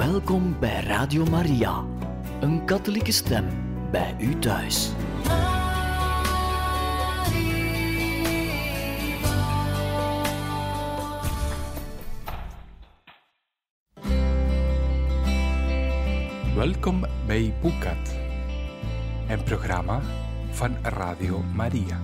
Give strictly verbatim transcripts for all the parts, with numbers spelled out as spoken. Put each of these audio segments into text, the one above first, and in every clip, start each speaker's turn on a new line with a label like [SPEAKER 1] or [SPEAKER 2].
[SPEAKER 1] Welkom bij Radio Maria, een katholieke stem bij u thuis.
[SPEAKER 2] Welkom bij Boekat, een programma van Radio Maria.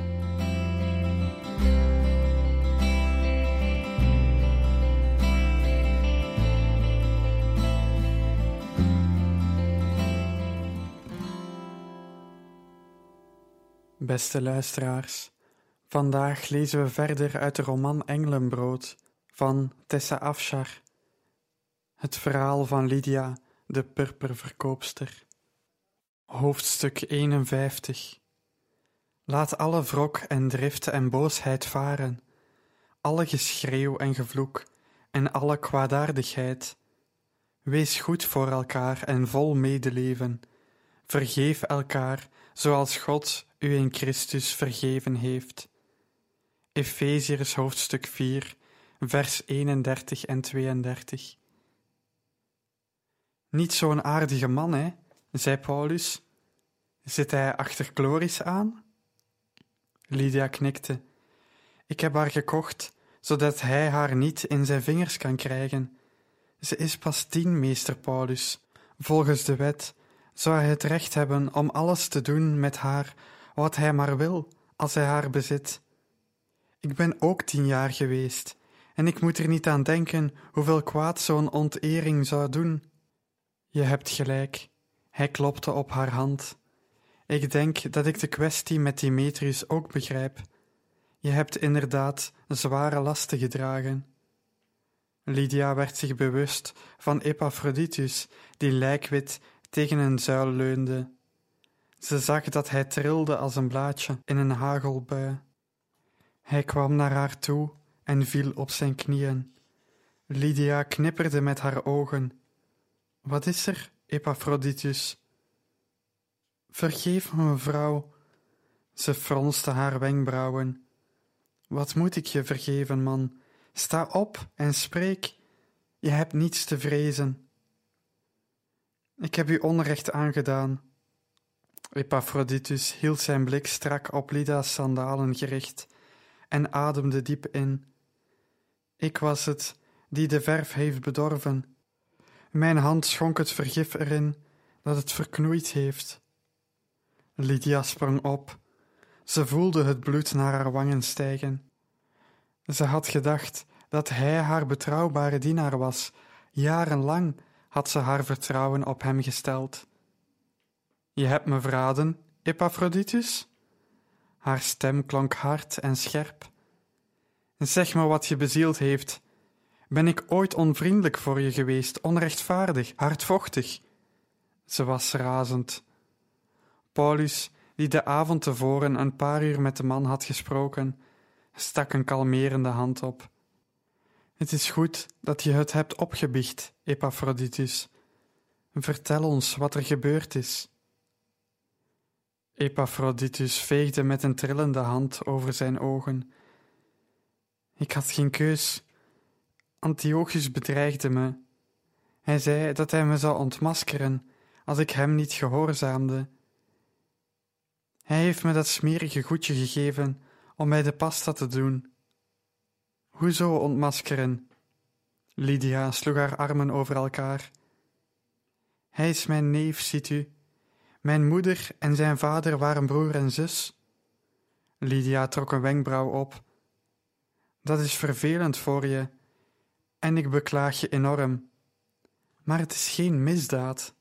[SPEAKER 3] Beste luisteraars, vandaag lezen we verder uit de roman Engelenbrood van Tessa Afshar. Het verhaal van Lydia, de purperverkoopster. Hoofdstuk eenenvijftig. Laat alle wrok en drift en boosheid varen, alle geschreeuw en gevloek en alle kwaadaardigheid. Wees goed voor elkaar en vol medeleven. Vergeef elkaar, zoals God u in Christus vergeven heeft. Efeziërs hoofdstuk vier, vers eenendertig en tweeëndertig. Niet zo'n aardige man, hè, zei Paulus. Zit hij achter Chloris aan? Lydia knikte. Ik heb haar gekocht, zodat hij haar niet in zijn vingers kan krijgen. Ze is pas tien, meester Paulus. Volgens de wet zou hij het recht hebben om alles te doen met haar wat hij maar wil, als hij haar bezit. Ik ben ook tien jaar geweest, en ik moet er niet aan denken hoeveel kwaad zo'n ontering zou doen. Je hebt gelijk, hij klopte op haar hand. Ik denk dat ik de kwestie met Demetrius ook begrijp. Je hebt inderdaad zware lasten gedragen. Lydia werd zich bewust van Epaphroditus, die lijkwit tegen een zuil leunde. Ze zag dat hij trilde als een blaadje in een hagelbui. Hij kwam naar haar toe en viel op zijn knieën. Lydia knipperde met haar ogen. Wat is er, Epaphroditus? Vergeef me, mevrouw. Ze fronste haar wenkbrauwen. Wat moet ik je vergeven, man? Sta op en spreek. Je hebt niets te vrezen. Ik heb u onrecht aangedaan. Epaphroditus hield zijn blik strak op Lydia's sandalen gericht en ademde diep in. Ik was het die de verf heeft bedorven. Mijn hand schonk het vergif erin dat het verknoeid heeft. Lydia sprong op. Ze voelde het bloed naar haar wangen stijgen. Ze had gedacht dat hij haar betrouwbare dienaar was. Jarenlang had ze haar vertrouwen op hem gesteld. Je hebt me verraden, Epaphroditus? Haar stem klonk hard en scherp. Zeg me wat je bezield heeft. Ben ik ooit onvriendelijk voor je geweest, onrechtvaardig, hardvochtig? Ze was razend. Paulus, die de avond tevoren een paar uur met de man had gesproken, stak een kalmerende hand op. Het is goed dat je het hebt opgebiecht, Epaphroditus. Vertel ons wat er gebeurd is. Epaphroditus veegde met een trillende hand over zijn ogen. Ik had geen keus. Antiochus bedreigde me. Hij zei dat hij me zou ontmaskeren als ik hem niet gehoorzaamde. Hij heeft me dat smerige goedje gegeven om mij de pasta te doen. Hoezo ontmaskeren? Lydia sloeg haar armen over elkaar. Hij is mijn neef, ziet u. Mijn moeder en zijn vader waren broer en zus. Lydia trok een wenkbrauw op. Dat is vervelend voor je, en ik beklaag je enorm. Maar het is geen misdaad.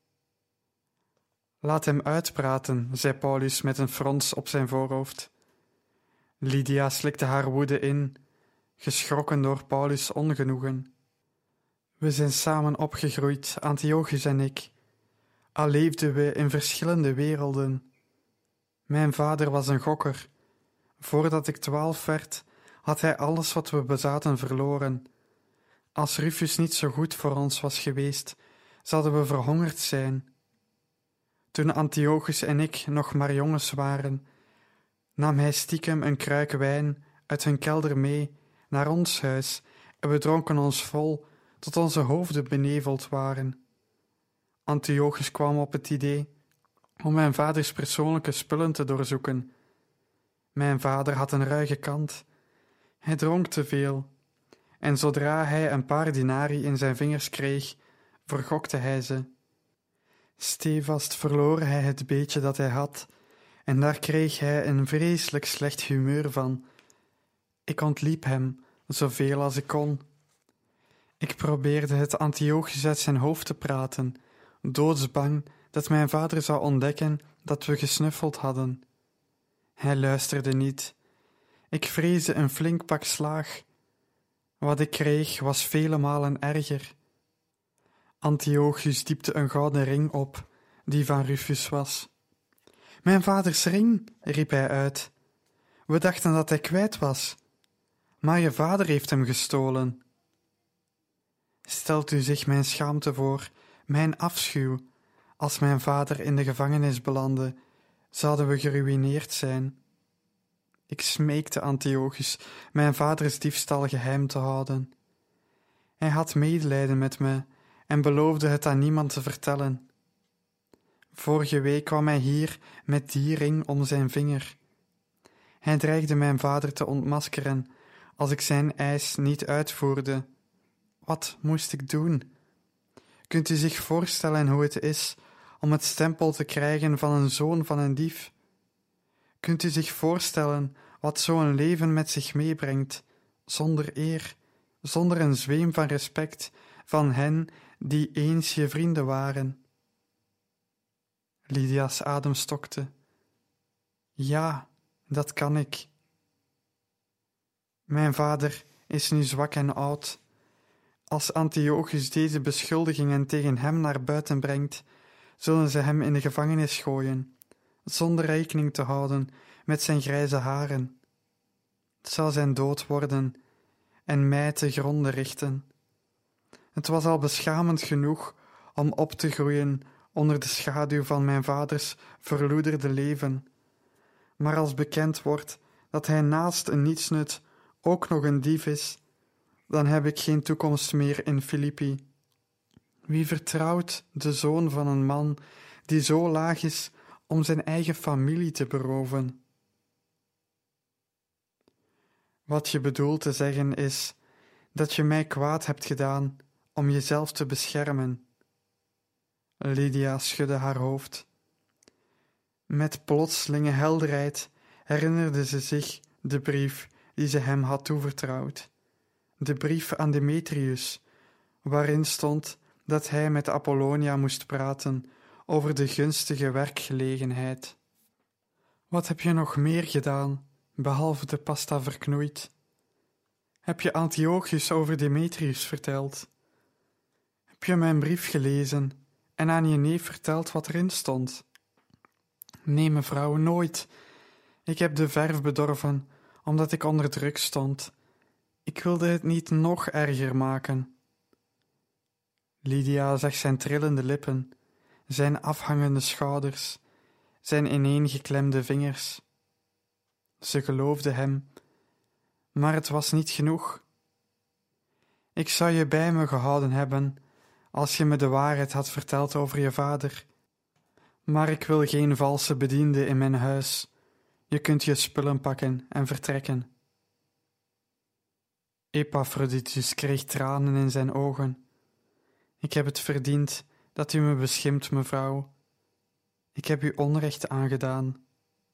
[SPEAKER 3] Laat hem uitpraten, zei Paulus met een frons op zijn voorhoofd. Lydia slikte haar woede in, geschrokken door Paulus' ongenoegen. We zijn samen opgegroeid, Antiochus en ik. Al leefden we in verschillende werelden. Mijn vader was een gokker. Voordat ik twaalf werd, had hij alles wat we bezaten verloren. Als Rufus niet zo goed voor ons was geweest, zouden we verhongerd zijn. Toen Antiochus en ik nog maar jongens waren, nam hij stiekem een kruik wijn uit hun kelder mee naar ons huis en we dronken ons vol tot onze hoofden beneveld waren. Antiochus kwam op het idee om mijn vaders persoonlijke spullen te doorzoeken. Mijn vader had een ruige kant. Hij dronk te veel. En zodra hij een paar dinari in zijn vingers kreeg, vergokte hij ze. Stevast verloor hij het beetje dat hij had, en daar kreeg hij een vreselijk slecht humeur van. Ik ontliep hem, zoveel als ik kon. Ik probeerde het Antiochus uit zijn hoofd te praten, doodsbang dat mijn vader zou ontdekken dat we gesnuffeld hadden. Hij luisterde niet. Ik vreesde een flink pak slaag. Wat ik kreeg was vele malen erger. Antiochus diepte een gouden ring op, die van Rufus was. Mijn vaders ring, riep hij uit. We dachten dat hij kwijt was, maar je vader heeft hem gestolen. Stelt u zich mijn schaamte voor, mijn afschuw. Als mijn vader in de gevangenis belandde, zouden we geruïneerd zijn. Ik smeekte Antiochus mijn vaders diefstal geheim te houden. Hij had medelijden met me en beloofde het aan niemand te vertellen. Vorige week kwam hij hier met die ring om zijn vinger. Hij dreigde mijn vader te ontmaskeren als ik zijn eis niet uitvoerde. Wat moest ik doen? Kunt u zich voorstellen hoe het is om het stempel te krijgen van een zoon van een dief? Kunt u zich voorstellen wat zo'n leven met zich meebrengt, zonder eer, zonder een zweem van respect van hen die eens je vrienden waren? Lydia's adem stokte. Ja, dat kan ik. Mijn vader is nu zwak en oud. Als Antiochus deze beschuldigingen tegen hem naar buiten brengt, zullen ze hem in de gevangenis gooien, zonder rekening te houden met zijn grijze haren. Het zal zijn dood worden en mij te gronde richten. Het was al beschamend genoeg om op te groeien onder de schaduw van mijn vaders verloederde leven. Maar als bekend wordt dat hij naast een nietsnut ook nog een dief is, dan heb ik geen toekomst meer in Filippi. Wie vertrouwt de zoon van een man die zo laag is om zijn eigen familie te beroven? Wat je bedoelt te zeggen is dat je mij kwaad hebt gedaan om jezelf te beschermen. Lydia schudde haar hoofd. Met plotselinge helderheid herinnerde ze zich de brief die ze hem had toevertrouwd. De brief aan Demetrius, waarin stond dat hij met Apollonia moest praten over de gunstige werkgelegenheid. Wat heb je nog meer gedaan, behalve de pasta verknoeid? Heb je Antiochus over Demetrius verteld? Heb je mijn brief gelezen en aan je neef verteld wat erin stond? Nee, mevrouw, nooit. Ik heb de verf bedorven, omdat ik onder druk stond. Ik wilde het niet nog erger maken. Lydia zag zijn trillende lippen, zijn afhangende schouders, zijn ineengeklemde vingers. Ze geloofde hem, maar het was niet genoeg. Ik zou je bij me gehouden hebben als je me de waarheid had verteld over je vader. Maar ik wil geen valse bediende in mijn huis. Je kunt je spullen pakken en vertrekken. Epaphroditus kreeg tranen in zijn ogen. Ik heb het verdiend dat u me beschimpt, mevrouw. Ik heb u onrecht aangedaan.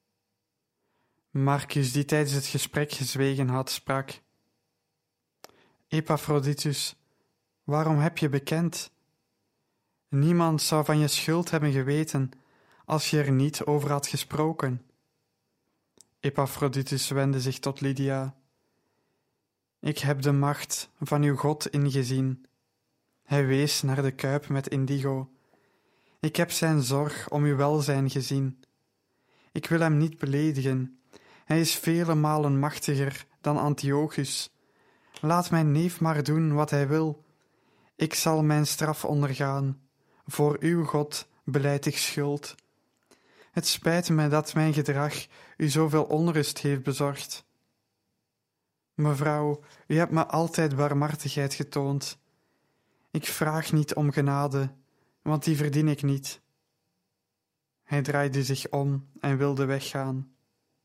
[SPEAKER 3] Marcus, die tijdens het gesprek gezwegen had, sprak. Epaphroditus, waarom heb je bekend? Niemand zou van je schuld hebben geweten als je er niet over had gesproken. Epaphroditus wendde zich tot Lydia. Ik heb de macht van uw God ingezien. Hij wees naar de kuip met indigo. Ik heb zijn zorg om uw welzijn gezien. Ik wil hem niet beledigen. Hij is vele malen machtiger dan Antiochus. Laat mijn neef maar doen wat hij wil. Ik zal mijn straf ondergaan. Voor uw God belijd ik schuld. Het spijt me dat mijn gedrag u zoveel onrust heeft bezorgd. Mevrouw, u hebt me altijd barmhartigheid getoond. Ik vraag niet om genade, want die verdien ik niet. Hij draaide zich om en wilde weggaan.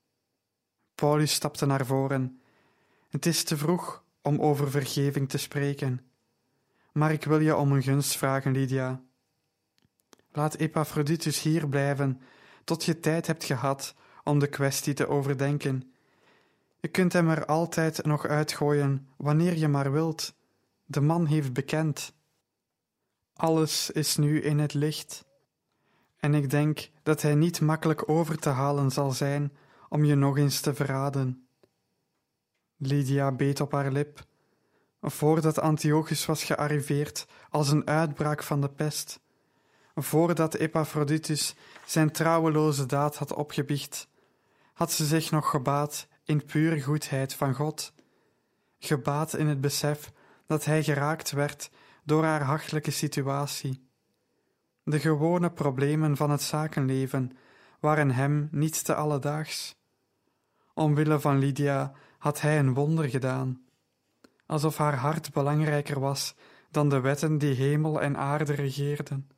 [SPEAKER 3] Paulus stapte naar voren. Het is te vroeg om over vergeving te spreken. Maar ik wil je om een gunst vragen, Lydia. Laat Epaphroditus hier blijven, tot je tijd hebt gehad om de kwestie te overdenken. Je kunt hem er altijd nog uitgooien, wanneer je maar wilt. De man heeft bekend. Alles is nu in het licht. En ik denk dat hij niet makkelijk over te halen zal zijn om je nog eens te verraden. Lydia beet op haar lip. Voordat Antiochus was gearriveerd als een uitbraak van de pest, voordat Epaphroditus zijn trouweloze daad had opgebiecht, had ze zich nog gebaad in pure goedheid van God, gebaad in het besef dat hij geraakt werd door haar hachelijke situatie. De gewone problemen van het zakenleven waren hem niet te alledaags. Omwille van Lydia had hij een wonder gedaan, alsof haar hart belangrijker was dan de wetten die hemel en aarde regeerden.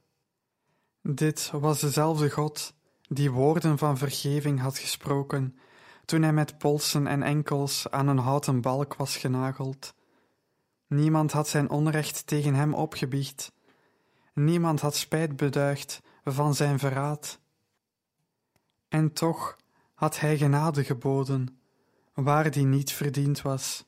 [SPEAKER 3] Dit was dezelfde God die woorden van vergeving had gesproken toen hij met polsen en enkels aan een houten balk was genageld. Niemand had zijn onrecht tegen hem opgebiecht. Niemand had spijt beduigd van zijn verraad. En toch had hij genade geboden, waar die niet verdiend was.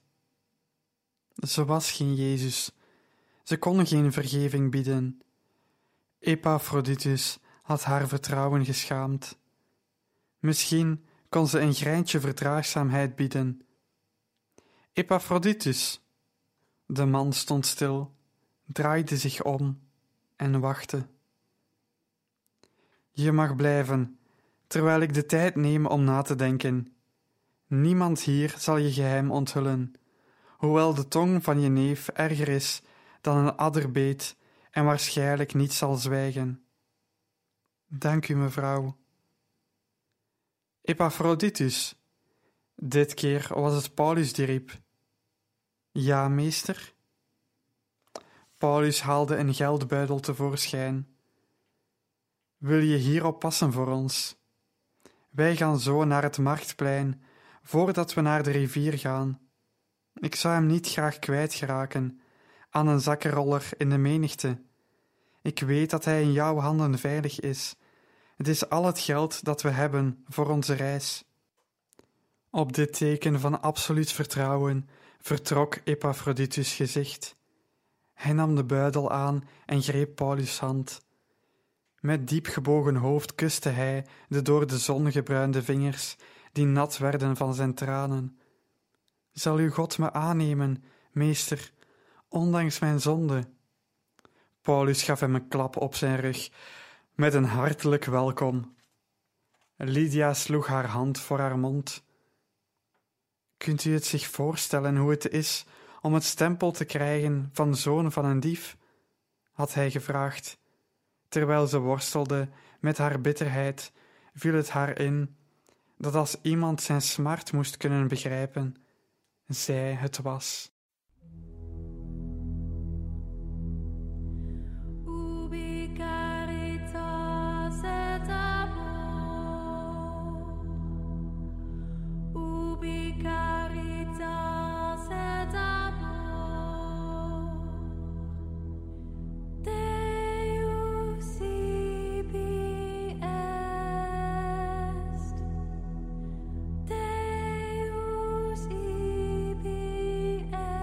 [SPEAKER 3] Ze was geen Jezus. Ze kon geen vergeving bieden. Epaphroditus had haar vertrouwen geschaamd. Misschien kon ze een greintje verdraagzaamheid bieden. Epaphroditus! De man stond stil, draaide zich om en wachtte. Je mag blijven, terwijl ik de tijd neem om na te denken. Niemand hier zal je geheim onthullen, hoewel de tong van je neef erger is dan een adderbeet en waarschijnlijk niet zal zwijgen. Dank u, mevrouw. Epaphroditus. Dit keer was het Paulus die riep. Ja, meester? Paulus haalde een geldbuidel tevoorschijn. Wil je hier oppassen voor ons? Wij gaan zo naar het marktplein, voordat we naar de rivier gaan. Ik zou hem niet graag kwijtgeraken aan een zakkenroller in de menigte. Ik weet dat hij in jouw handen veilig is. Het is al het geld dat we hebben voor onze reis. Op dit teken van absoluut vertrouwen vertrok Epaphroditus' gezicht. Hij nam de buidel aan en greep Paulus' hand. Met diep gebogen hoofd kuste hij de door de zon gebruinde vingers, die nat werden van zijn tranen. Zal uw God me aannemen, meester, ondanks mijn zonde? Paulus gaf hem een klap op zijn rug, met een hartelijk welkom. Lydia sloeg haar hand voor haar mond. Kunt u het zich voorstellen hoe het is om het stempel te krijgen van zoon van een dief? Had hij gevraagd. Terwijl ze worstelde met haar bitterheid, viel het haar in dat als iemand zijn smart moest kunnen begrijpen, zij het was.
[SPEAKER 4] Deus ibi est.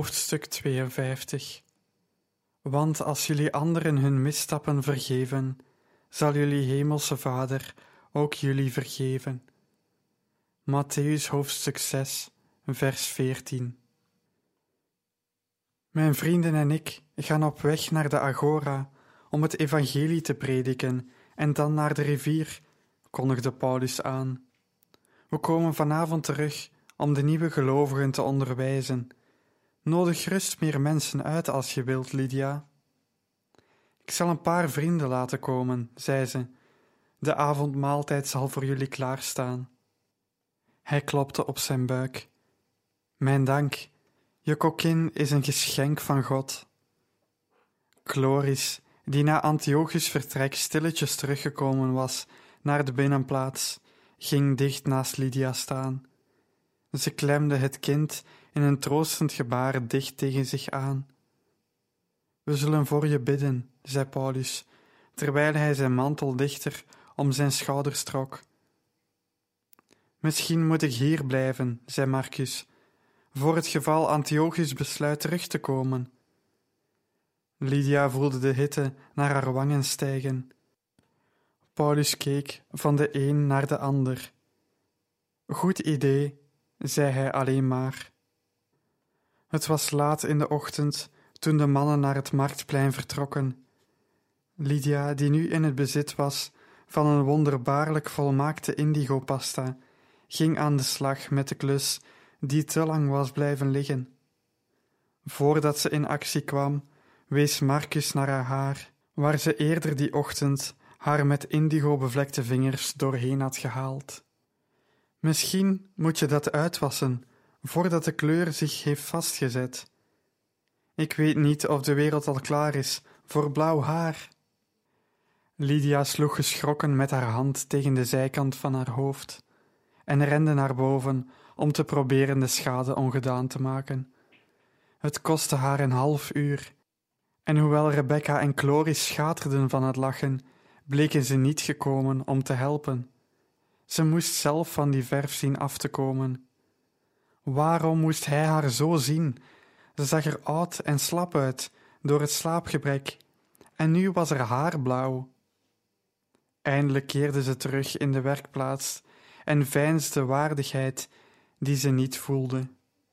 [SPEAKER 3] Hoofdstuk tweeënvijftig. Want als jullie anderen hun misstappen vergeven, zal jullie hemelse Vader ook jullie vergeven. Mattheüs hoofdstuk zes, vers veertien. Mijn vrienden en ik gaan op weg naar de Agora om het evangelie te prediken en dan naar de rivier, kondigde Paulus aan. We komen vanavond terug om de nieuwe gelovigen te onderwijzen. Nodig gerust meer mensen uit als je wilt, Lydia. Ik zal een paar vrienden laten komen, zei ze. De avondmaaltijd zal voor jullie klaarstaan. Hij klopte op zijn buik. Mijn dank, je kokkin is een geschenk van God. Chloris, die na Antiochus' vertrek stilletjes teruggekomen was naar de binnenplaats, ging dicht naast Lydia staan. Ze klemde het kind in een troostend gebaar dicht tegen zich aan. We zullen voor je bidden, zei Paulus, terwijl hij zijn mantel dichter om zijn schouders trok. Misschien moet ik hier blijven, zei Marcus, voor het geval Antiochus besluit terug te komen. Lydia voelde de hitte naar haar wangen stijgen. Paulus keek van de een naar de ander. Goed idee, zei hij alleen maar. Het was laat in de ochtend toen de mannen naar het marktplein vertrokken. Lydia, die nu in het bezit was van een wonderbaarlijk volmaakte indigo-pasta, ging aan de slag met de klus die te lang was blijven liggen. Voordat ze in actie kwam, wees Marcus naar haar haar, waar ze eerder die ochtend haar met indigo bevlekte vingers doorheen had gehaald. Misschien moet je dat uitwassen, voordat de kleur zich heeft vastgezet. Ik weet niet of de wereld al klaar is voor blauw haar. Lydia sloeg geschrokken met haar hand tegen de zijkant van haar hoofd en rende naar boven om te proberen de schade ongedaan te maken. Het kostte haar een half uur, en hoewel Rebecca en Chloris schaterden van het lachen, bleken ze niet gekomen om te helpen. Ze moest zelf van die verf zien af te komen. Waarom moest hij haar zo zien? Ze zag er oud en slap uit door het slaapgebrek, en nu was haar haar blauw. Eindelijk keerde ze terug in de werkplaats en veinsde waardigheid die ze niet voelde.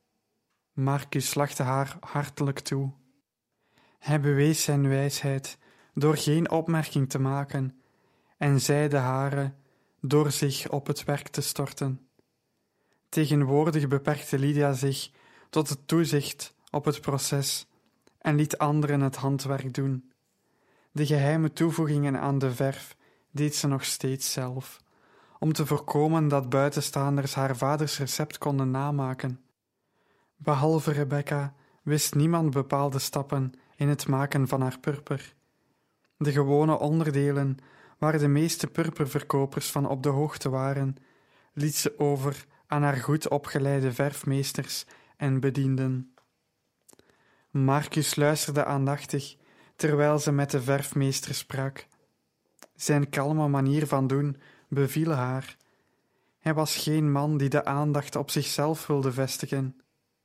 [SPEAKER 3] Marcus lachte haar hartelijk toe. Hij bewees zijn wijsheid door geen opmerking te maken en zij de hare door zich op het werk te storten. Tegenwoordig beperkte Lydia zich tot het toezicht op het proces en liet anderen het handwerk doen. De geheime toevoegingen aan de verf deed ze nog steeds zelf, om te voorkomen dat buitenstaanders haar vaders recept konden namaken. Behalve Rebecca wist niemand bepaalde stappen in het maken van haar purper. De gewone onderdelen, waar de meeste purperverkopers van op de hoogte waren, liet ze over aan haar goed opgeleide verfmeesters en bedienden. Marcus luisterde aandachtig terwijl ze met de verfmeester sprak. Zijn kalme manier van doen beviel haar. Hij was geen man die de aandacht op zichzelf wilde vestigen.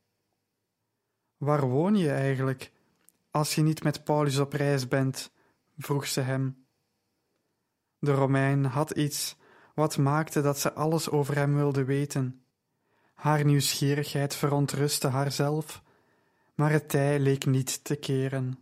[SPEAKER 3] Waar woon je eigenlijk, als je niet met Paulus op reis bent? Vroeg ze hem. De Romein had iets wat maakte dat ze alles over hem wilde weten. Haar nieuwsgierigheid verontrustte haarzelf, maar het tij leek niet te keren.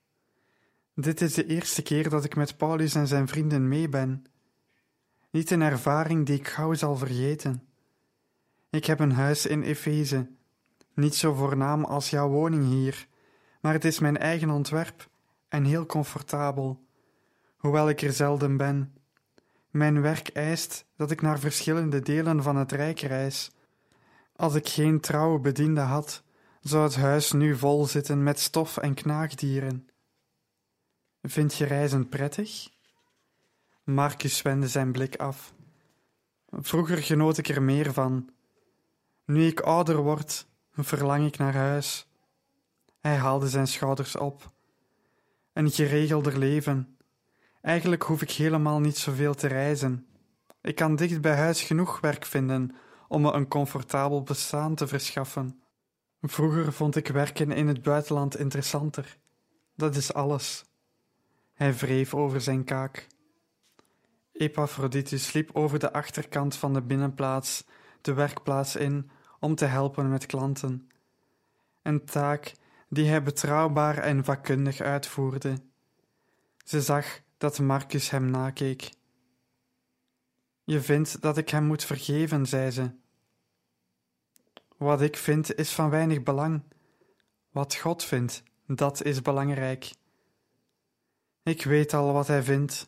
[SPEAKER 3] Dit is de eerste keer dat ik met Paulus en zijn vrienden mee ben. Niet een ervaring die ik gauw zal vergeten. Ik heb een huis in Efeze, niet zo voornaam als jouw woning hier, maar het is mijn eigen ontwerp en heel comfortabel, hoewel ik er zelden ben. Mijn werk eist dat ik naar verschillende delen van het Rijk reis. Als ik geen trouwe bediende had, zou het huis nu vol zitten met stof en knaagdieren. Vind je reizen prettig? Marcus wendde zijn blik af. Vroeger genoot ik er meer van. Nu ik ouder word, verlang ik naar huis. Hij haalde zijn schouders op. Een geregelder leven. Eigenlijk hoef ik helemaal niet zoveel te reizen. Ik kan dicht bij huis genoeg werk vinden om me een comfortabel bestaan te verschaffen. Vroeger vond ik werken in het buitenland interessanter. Dat is alles. Hij wreef over zijn kaak. Epaphroditus liep over de achterkant van de binnenplaats de werkplaats in om te helpen met klanten. Een taak die hij betrouwbaar en vakkundig uitvoerde. Ze zag dat Marcus hem nakeek. Je vindt dat ik hem moet vergeven, zei ze. Wat ik vind is van weinig belang. Wat God vindt, dat is belangrijk. Ik weet al wat hij vindt.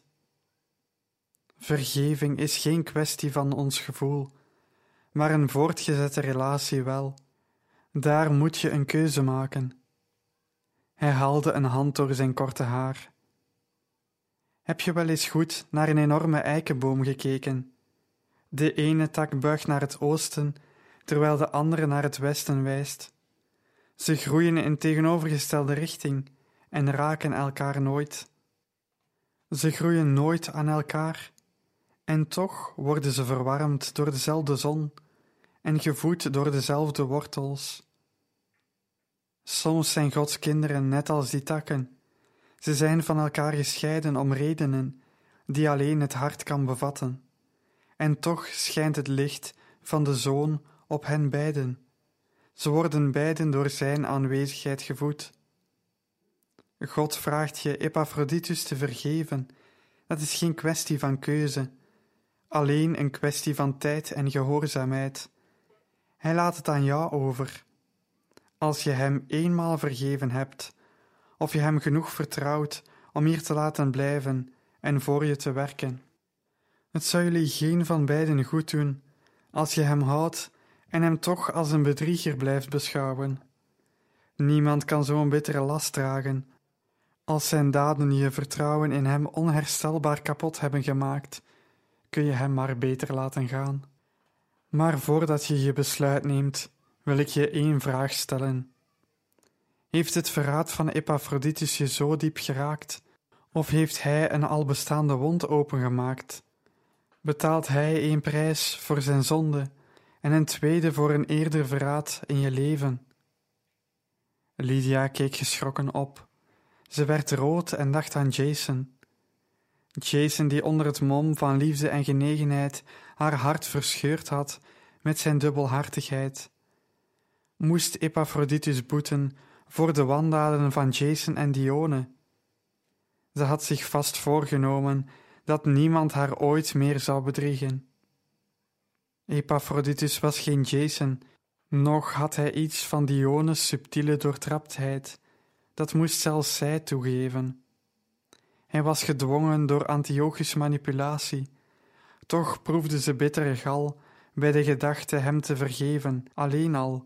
[SPEAKER 3] Vergeving is geen kwestie van ons gevoel, maar een voortgezette relatie wel. Daar moet je een keuze maken. Hij haalde een hand door zijn korte haar. Heb je wel eens goed naar een enorme eikenboom gekeken? De ene tak buigt naar het oosten, terwijl de andere naar het westen wijst. Ze groeien in tegenovergestelde richting en raken elkaar nooit. Ze groeien nooit aan elkaar, en toch worden ze verwarmd door dezelfde zon en gevoed door dezelfde wortels. Soms zijn Gods kinderen net als die takken. Ze zijn van elkaar gescheiden om redenen die alleen het hart kan bevatten. En toch schijnt het licht van de Zoon op hen beiden. Ze worden beiden door zijn aanwezigheid gevoed. God vraagt je Epaphroditus te vergeven. Dat is geen kwestie van keuze, alleen een kwestie van tijd en gehoorzaamheid. Hij laat het aan jou over. Als je hem eenmaal vergeven hebt, of je hem genoeg vertrouwt om hier te laten blijven en voor je te werken. Het zou jullie geen van beiden goed doen als je hem houdt en hem toch als een bedrieger blijft beschouwen. Niemand kan zo'n bittere last dragen. Als zijn daden je vertrouwen in hem onherstelbaar kapot hebben gemaakt, kun je hem maar beter laten gaan. Maar voordat je je besluit neemt, wil ik je één vraag stellen. Heeft het verraad van Epaphroditus je zo diep geraakt, of heeft hij een al bestaande wond opengemaakt? Betaalt hij één prijs voor zijn zonde en een tweede voor een eerder verraad in je leven? Lydia keek geschrokken op. Ze werd rood en dacht aan Jason. Jason die onder het mom van liefde en genegenheid haar hart verscheurd had met zijn dubbelhartigheid. Moest Epaphroditus boeten voor de wandaden van Jason en Dione? Ze had zich vast voorgenomen dat niemand haar ooit meer zou bedriegen. Epaphroditus was geen Jason, noch had hij iets van Dione's subtiele doortraptheid. Dat moest zelfs zij toegeven. Hij was gedwongen door Antiochus' manipulatie. Toch proefde ze bittere gal bij de gedachte hem te vergeven, alleen al.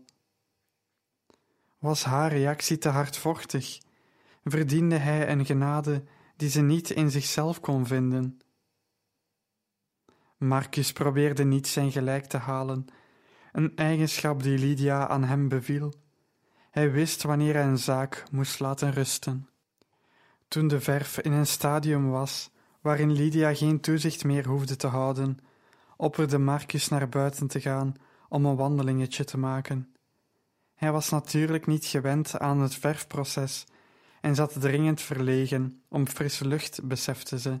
[SPEAKER 3] Was haar reactie te hardvochtig? Verdiende hij een genade die ze niet in zichzelf kon vinden? Marcus probeerde niet zijn gelijk te halen, een eigenschap die Lydia aan hem beviel. Hij wist wanneer hij een zaak moest laten rusten. Toen de verf in een stadium was waarin Lydia geen toezicht meer hoefde te houden, opperde Marcus naar buiten te gaan om een wandelingetje te maken. Hij was natuurlijk niet gewend aan het verfproces en zat dringend verlegen om frisse lucht, besefte ze.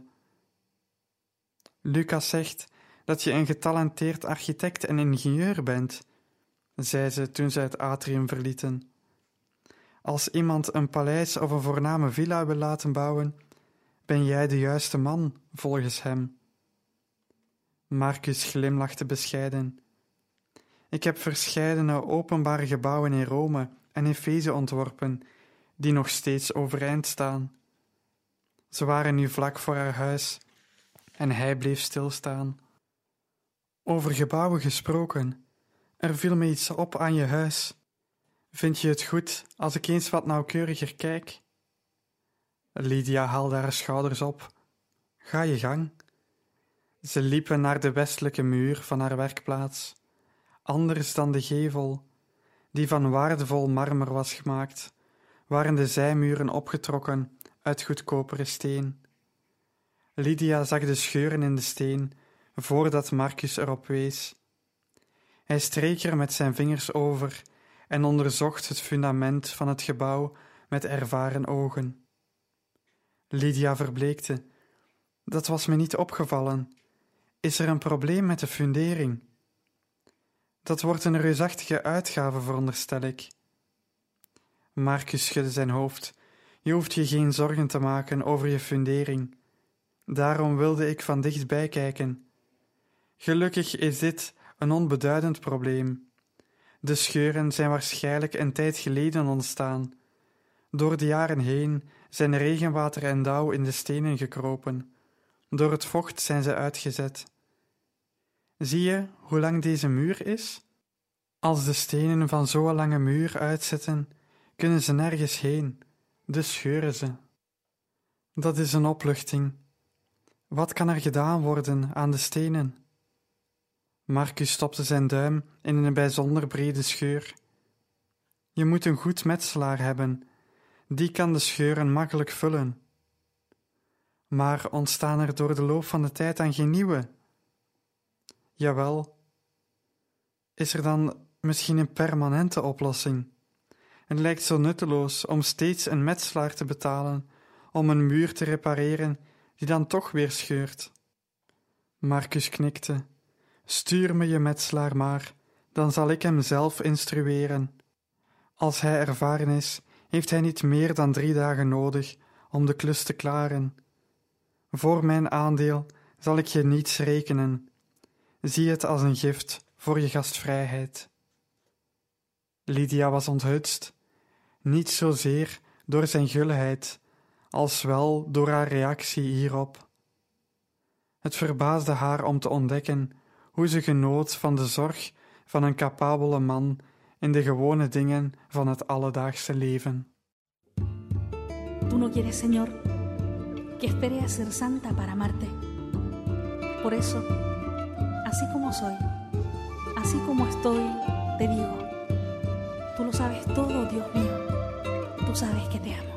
[SPEAKER 3] Lucas zegt dat je een getalenteerd architect en ingenieur bent, zei ze toen ze het atrium verlieten. Als iemand een paleis of een voorname villa wil laten bouwen, ben jij de juiste man, volgens hem. Marcus glimlachte bescheiden. Ik heb verscheidene openbare gebouwen in Rome en Efeze ontworpen, die nog steeds overeind staan. Ze waren nu vlak voor haar huis, en hij bleef stilstaan. Over gebouwen gesproken, er viel me iets op aan je huis. Vind je het goed als ik eens wat nauwkeuriger kijk? Lydia haalde haar schouders op. Ga je gang. Ze liepen naar de westelijke muur van haar werkplaats, anders dan de gevel, die van waardevol marmer was gemaakt, waren de zijmuren opgetrokken uit goedkopere steen. Lydia zag de scheuren in de steen voordat Marcus erop wees. Hij streek er met zijn vingers over en onderzocht het fundament van het gebouw met ervaren ogen. Lydia verbleekte. Dat was me niet opgevallen. Is er een probleem met de fundering? Dat wordt een reusachtige uitgave, veronderstel ik. Marcus schudde zijn hoofd. Je hoeft je geen zorgen te maken over je fundering. Daarom wilde ik van dichtbij kijken. Gelukkig is dit een onbeduidend probleem. De scheuren zijn waarschijnlijk een tijd geleden ontstaan. Door de jaren heen zijn regenwater en dauw in de stenen gekropen. Door het vocht zijn ze uitgezet. Zie je hoe lang deze muur is? Als de stenen van zo'n lange muur uitzetten, kunnen ze nergens heen, dus scheuren ze. Dat is een opluchting. Wat kan er gedaan worden aan de stenen? Marcus stopte zijn duim in een bijzonder brede scheur. Je moet een goed metselaar hebben, die kan de scheuren makkelijk vullen. Maar ontstaan er door de loop van de tijd dan geen nieuwe? Jawel. Is er dan misschien een permanente oplossing? Het lijkt zo nutteloos om steeds een metselaar te betalen om een muur te repareren die dan toch weer scheurt. Marcus knikte. Stuur me je metselaar maar, dan zal ik hem zelf instrueren. Als hij ervaren is, heeft hij niet meer dan drie dagen nodig om de klus te klaren. Voor mijn aandeel zal ik je niets rekenen. Zie het als een gift voor je gastvrijheid. Lydia was onthutst, niet zozeer door zijn gulheid, als wel door haar reactie hierop. Het verbaasde haar om te ontdekken hoe ze genoot van de zorg van een capabele man in de gewone dingen van het alledaagse leven.
[SPEAKER 4] Tú no quieres, Señor, que espere a ser santa para amarte. Por eso, así como soy, así como estoy, te digo, tú lo sabes todo, Dios mío, tú sabes que te amo.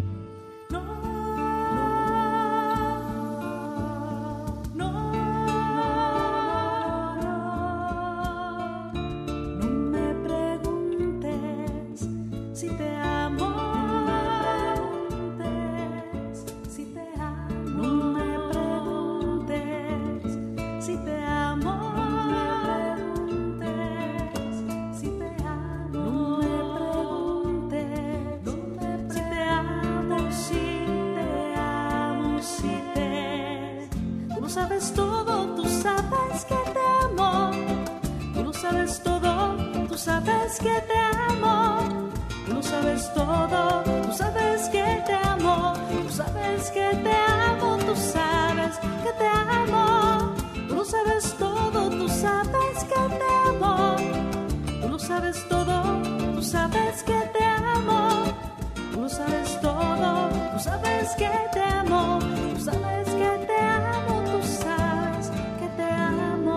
[SPEAKER 5] sabes todo, tú sabes que te amo. Tú lo sabes todo, tú sabes que te amo. Tú lo sabes todo, tú sabes que te amo. Tú sabes que te amo, tú sabes que te amo. Tú lo sabes todo, tú sabes que te amo. Tú lo sabes todo, tú sabes que te amo. Tú lo sabes todo, tú sabes que te amo. Tú sabes que te amo, tú sabes que te amo.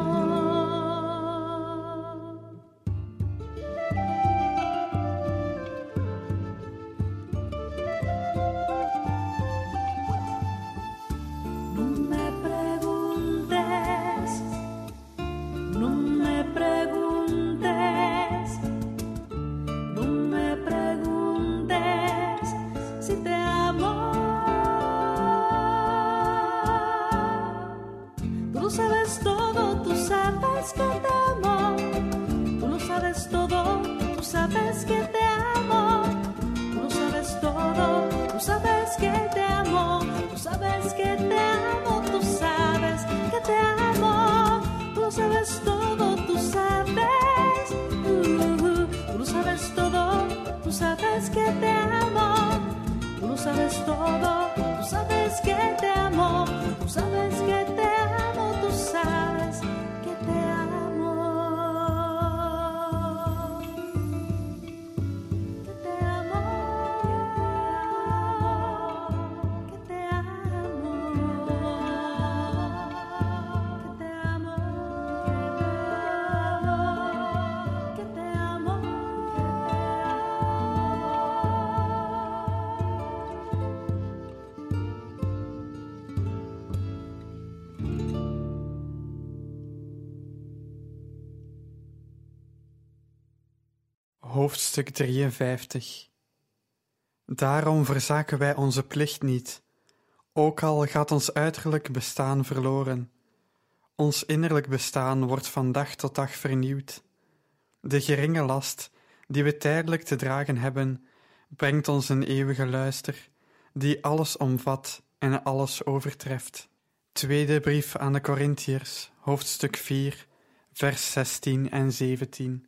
[SPEAKER 5] No me preguntes, no me preguntes, no me preguntes si te amo. Tú lo sabes todo, tú sabes que te amo. Tú lo sabes todo, tú sabes que te amo. Tú lo sabes todo, tú sabes que te amo. Tú sabes que te amo, tú sabes que te amo. Tú lo sabes todo, tú sabes. Uh, tú lo sabes todo, tú sabes que te amo. Tú lo sabes todo, tú sabes que te amo. Tú sabes que te amo, tú sabes que te amo. Que te amo. Que te amo. Que te amo. Que te amo.
[SPEAKER 3] Hoofdstuk drieënvijftig. Daarom verzaken wij onze plicht niet, ook al gaat ons uiterlijk bestaan verloren. Ons innerlijk bestaan wordt van dag tot dag vernieuwd. De geringe last, die we tijdelijk te dragen hebben, brengt ons een eeuwige luister, die alles omvat en alles overtreft. Tweede brief aan de Korintiërs, hoofdstuk vier, vers zestien en zeventien.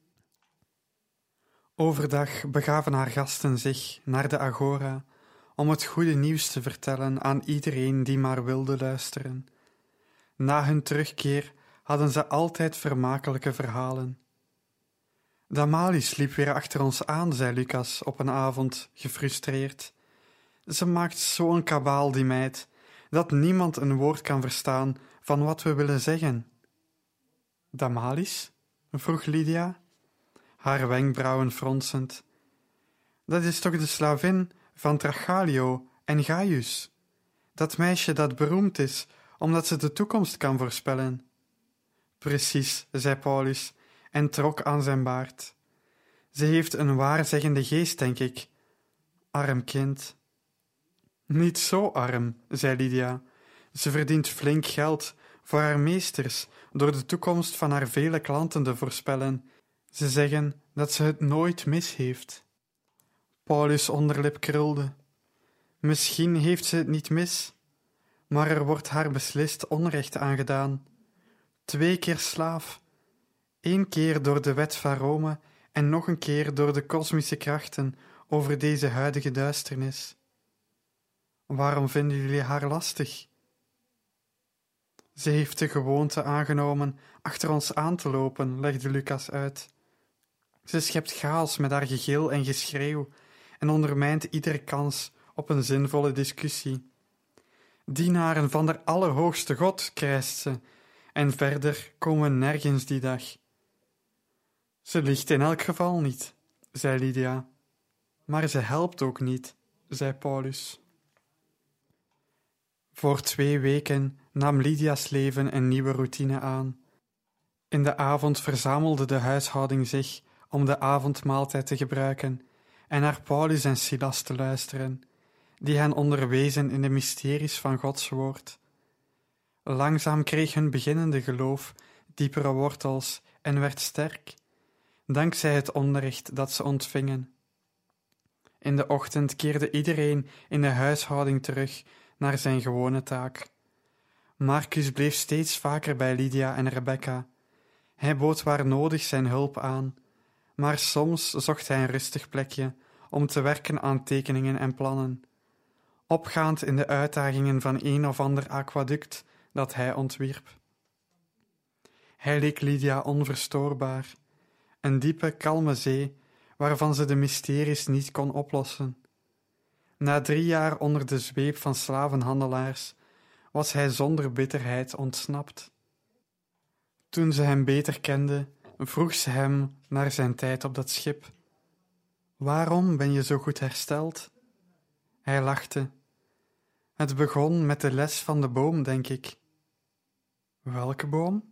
[SPEAKER 3] Overdag begaven haar gasten zich naar de agora om het goede nieuws te vertellen aan iedereen die maar wilde luisteren. Na hun terugkeer hadden ze altijd vermakelijke verhalen. Damalis liep weer achter ons aan, zei Lucas op een avond, gefrustreerd. Ze maakt zo'n kabaal, die meid, dat niemand een woord kan verstaan van wat we willen zeggen. Damalis? Vroeg Lydia, haar wenkbrauwen fronsend. Dat is toch de slavin van Trachalio en Gaius? Dat meisje dat beroemd is, omdat ze de toekomst kan voorspellen. Precies, zei Paulus, en trok aan zijn baard. Ze heeft een waarzeggende geest, denk ik. Arm kind. Niet zo arm, zei Lydia. Ze verdient flink geld voor haar meesters door de toekomst van haar vele klanten te voorspellen. Ze zeggen dat ze het nooit mis heeft. Paulus' onderlip krulde. Misschien heeft ze het niet mis, maar er wordt haar beslist onrecht aangedaan. Twee keer slaaf. Eén keer door de wet van Rome en nog een keer door de kosmische krachten over deze huidige duisternis. Waarom vinden jullie haar lastig? Ze heeft de gewoonte aangenomen achter ons aan te lopen, legde Lucas uit. Ze schept chaos met haar gegil en geschreeuw en ondermijnt iedere kans op een zinvolle discussie. Dienaren van de Allerhoogste God, krijst ze, en verder komen we nergens die dag. Ze liegt in elk geval niet, zei Lydia. Maar ze helpt ook niet, zei Paulus. Voor twee weken nam Lydia's leven een nieuwe routine aan. In de avond verzamelde de huishouding zich om de avondmaaltijd te gebruiken en naar Paulus en Silas te luisteren, die hen onderwezen in de mysteries van Gods woord. Langzaam kreeg hun beginnende geloof diepere wortels en werd sterk, dankzij het onderricht dat ze ontvingen. In de ochtend keerde iedereen in de huishouding terug naar zijn gewone taak. Marcus bleef steeds vaker bij Lydia en Rebecca. Hij bood waar nodig zijn hulp aan, maar soms zocht hij een rustig plekje om te werken aan tekeningen en plannen, opgaand in de uitdagingen van een of ander aquaduct dat hij ontwierp. Hij leek Lydia onverstoorbaar, een diepe, kalme zee waarvan ze de mysteries niet kon oplossen. Na drie jaar onder de zweep van slavenhandelaars was hij zonder bitterheid ontsnapt. Toen ze hem beter kende, vroeg ze hem naar zijn tijd op dat schip. Waarom ben je zo goed hersteld? Hij lachte. Het begon met de les van de boom, denk ik. Welke boom?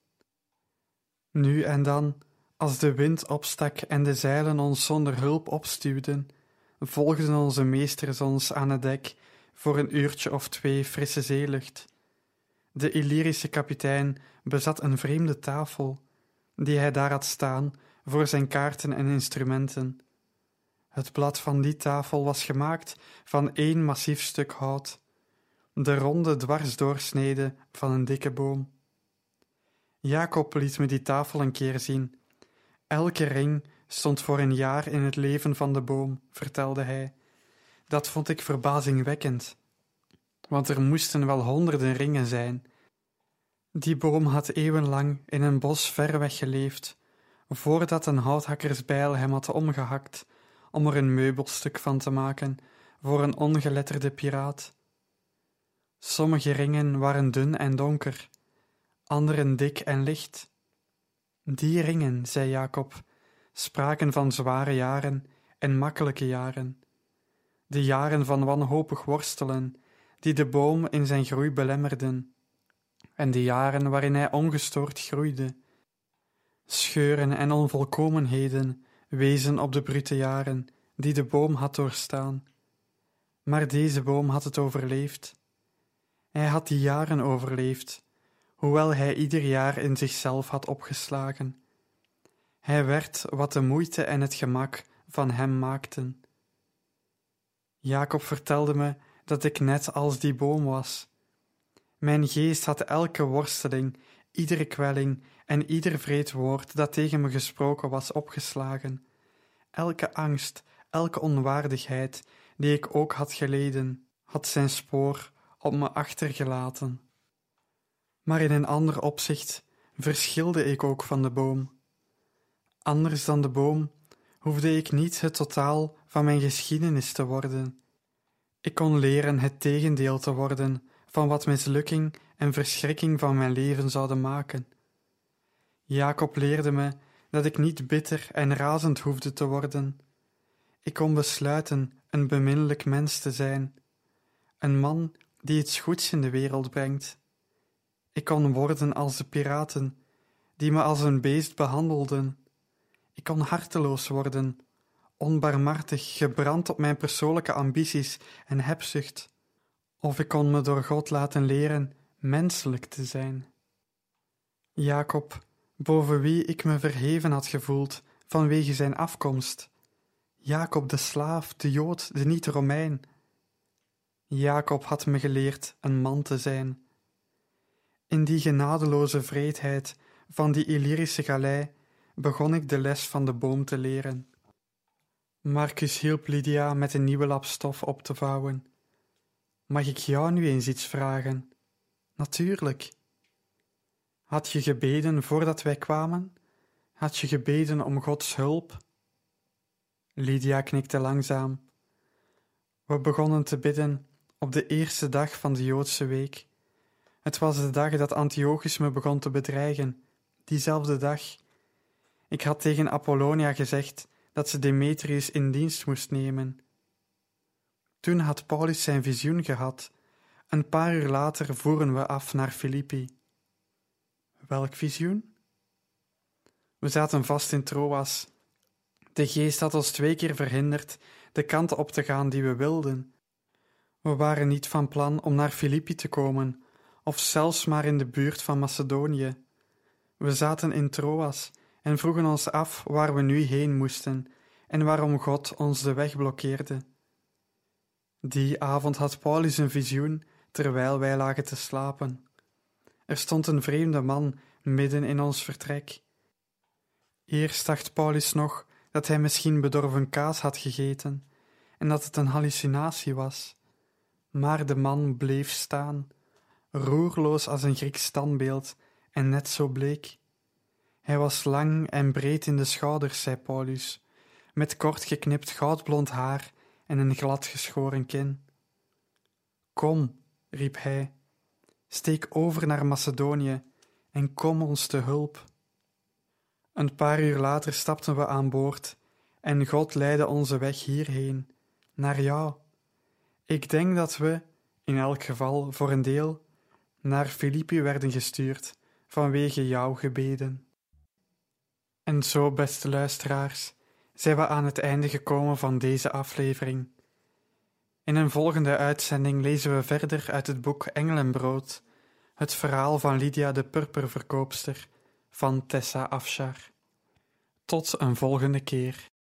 [SPEAKER 3] Nu en dan, als de wind opstak en de zeilen ons zonder hulp opstuwden, volgden onze meesters ons aan het dek voor een uurtje of twee frisse zeelucht. De Illyrische kapitein bezat een vreemde tafel, die hij daar had staan voor zijn kaarten en instrumenten. Het blad van die tafel was gemaakt van één massief stuk hout, de ronde dwarsdoorsnede van een dikke boom. Jacob liet me die tafel een keer zien. Elke ring stond voor een jaar in het leven van de boom, vertelde hij. Dat vond ik verbazingwekkend, want er moesten wel honderden ringen zijn. Die boom had eeuwenlang in een bos ver weg geleefd, voordat een houthakkersbijl hem had omgehakt, om er een meubelstuk van te maken voor een ongeletterde piraat. Sommige ringen waren dun en donker, anderen dik en licht. Die ringen, zei Jacob, spraken van zware jaren en makkelijke jaren. De jaren van wanhopig worstelen, die de boom in zijn groei belemmerden, en de jaren waarin hij ongestoord groeide. Scheuren en onvolkomenheden wezen op de brute jaren die de boom had doorstaan. Maar deze boom had het overleefd. Hij had die jaren overleefd, hoewel hij ieder jaar in zichzelf had opgeslagen. Hij werd wat de moeite en het gemak van hem maakten. Jacob vertelde me dat ik net als die boom was. Mijn geest had elke worsteling, iedere kwelling en ieder wreed woord dat tegen me gesproken was opgeslagen. Elke angst, elke onwaardigheid die ik ook had geleden, had zijn spoor op me achtergelaten. Maar in een ander opzicht verschilde ik ook van de boom. Anders dan de boom hoefde ik niet het totaal van mijn geschiedenis te worden. Ik kon leren het tegendeel te worden van wat mislukking en verschrikking van mijn leven zouden maken. Jacob leerde me dat ik niet bitter en razend hoefde te worden. Ik kon besluiten een beminnelijk mens te zijn, een man die iets goeds in de wereld brengt. Ik kon worden als de piraten, die me als een beest behandelden. Ik kon harteloos worden, onbarmhartig, gebrand op mijn persoonlijke ambities en hebzucht. Of ik kon me door God laten leren menselijk te zijn. Jacob, boven wie ik me verheven had gevoeld vanwege zijn afkomst. Jacob de slaaf, de Jood, de niet-Romein. Jacob had me geleerd een man te zijn. In die genadeloze wreedheid van die Illyrische galei begon ik de les van de boom te leren. Marcus hielp Lydia met een nieuwe lap stof op te vouwen. Mag ik jou nu eens iets vragen? Natuurlijk. Had je gebeden voordat wij kwamen? Had je gebeden om Gods hulp? Lydia knikte langzaam. We begonnen te bidden op de eerste dag van de Joodse week. Het was de dag dat Antiochus me begon te bedreigen, diezelfde dag. Ik had tegen Apollonia gezegd dat ze Demetrius in dienst moest nemen. Toen had Paulus zijn visioen gehad. Een paar uur later voeren we af naar Filippi. Welk visioen? We zaten vast in Troas. De geest had ons twee keer verhinderd de kant op te gaan die we wilden. We waren niet van plan om naar Filippi te komen, of zelfs maar in de buurt van Macedonië. We zaten in Troas en vroegen ons af waar we nu heen moesten en waarom God ons de weg blokkeerde. Die avond had Paulus een visioen terwijl wij lagen te slapen. Er stond een vreemde man midden in ons vertrek. Eerst dacht Paulus nog dat hij misschien bedorven kaas had gegeten en dat het een hallucinatie was. Maar de man bleef staan, roerloos als een Grieks standbeeld en net zo bleek. Hij was lang en breed in de schouders, zei Paulus, met kort geknipt goudblond haar en een glad geschoren kin. Kom, riep hij, steek over naar Macedonië en kom ons te hulp. Een paar uur later stapten we aan boord en God leidde onze weg hierheen, naar jou. Ik denk dat we, in elk geval voor een deel, naar Filippi werden gestuurd vanwege jouw gebeden. En zo, beste luisteraars, zijn we aan het einde gekomen van deze aflevering. In een volgende uitzending lezen we verder uit het boek Engelenbrood, het verhaal van Lydia de purperverkoopster van Tessa Afshar. Tot een volgende keer.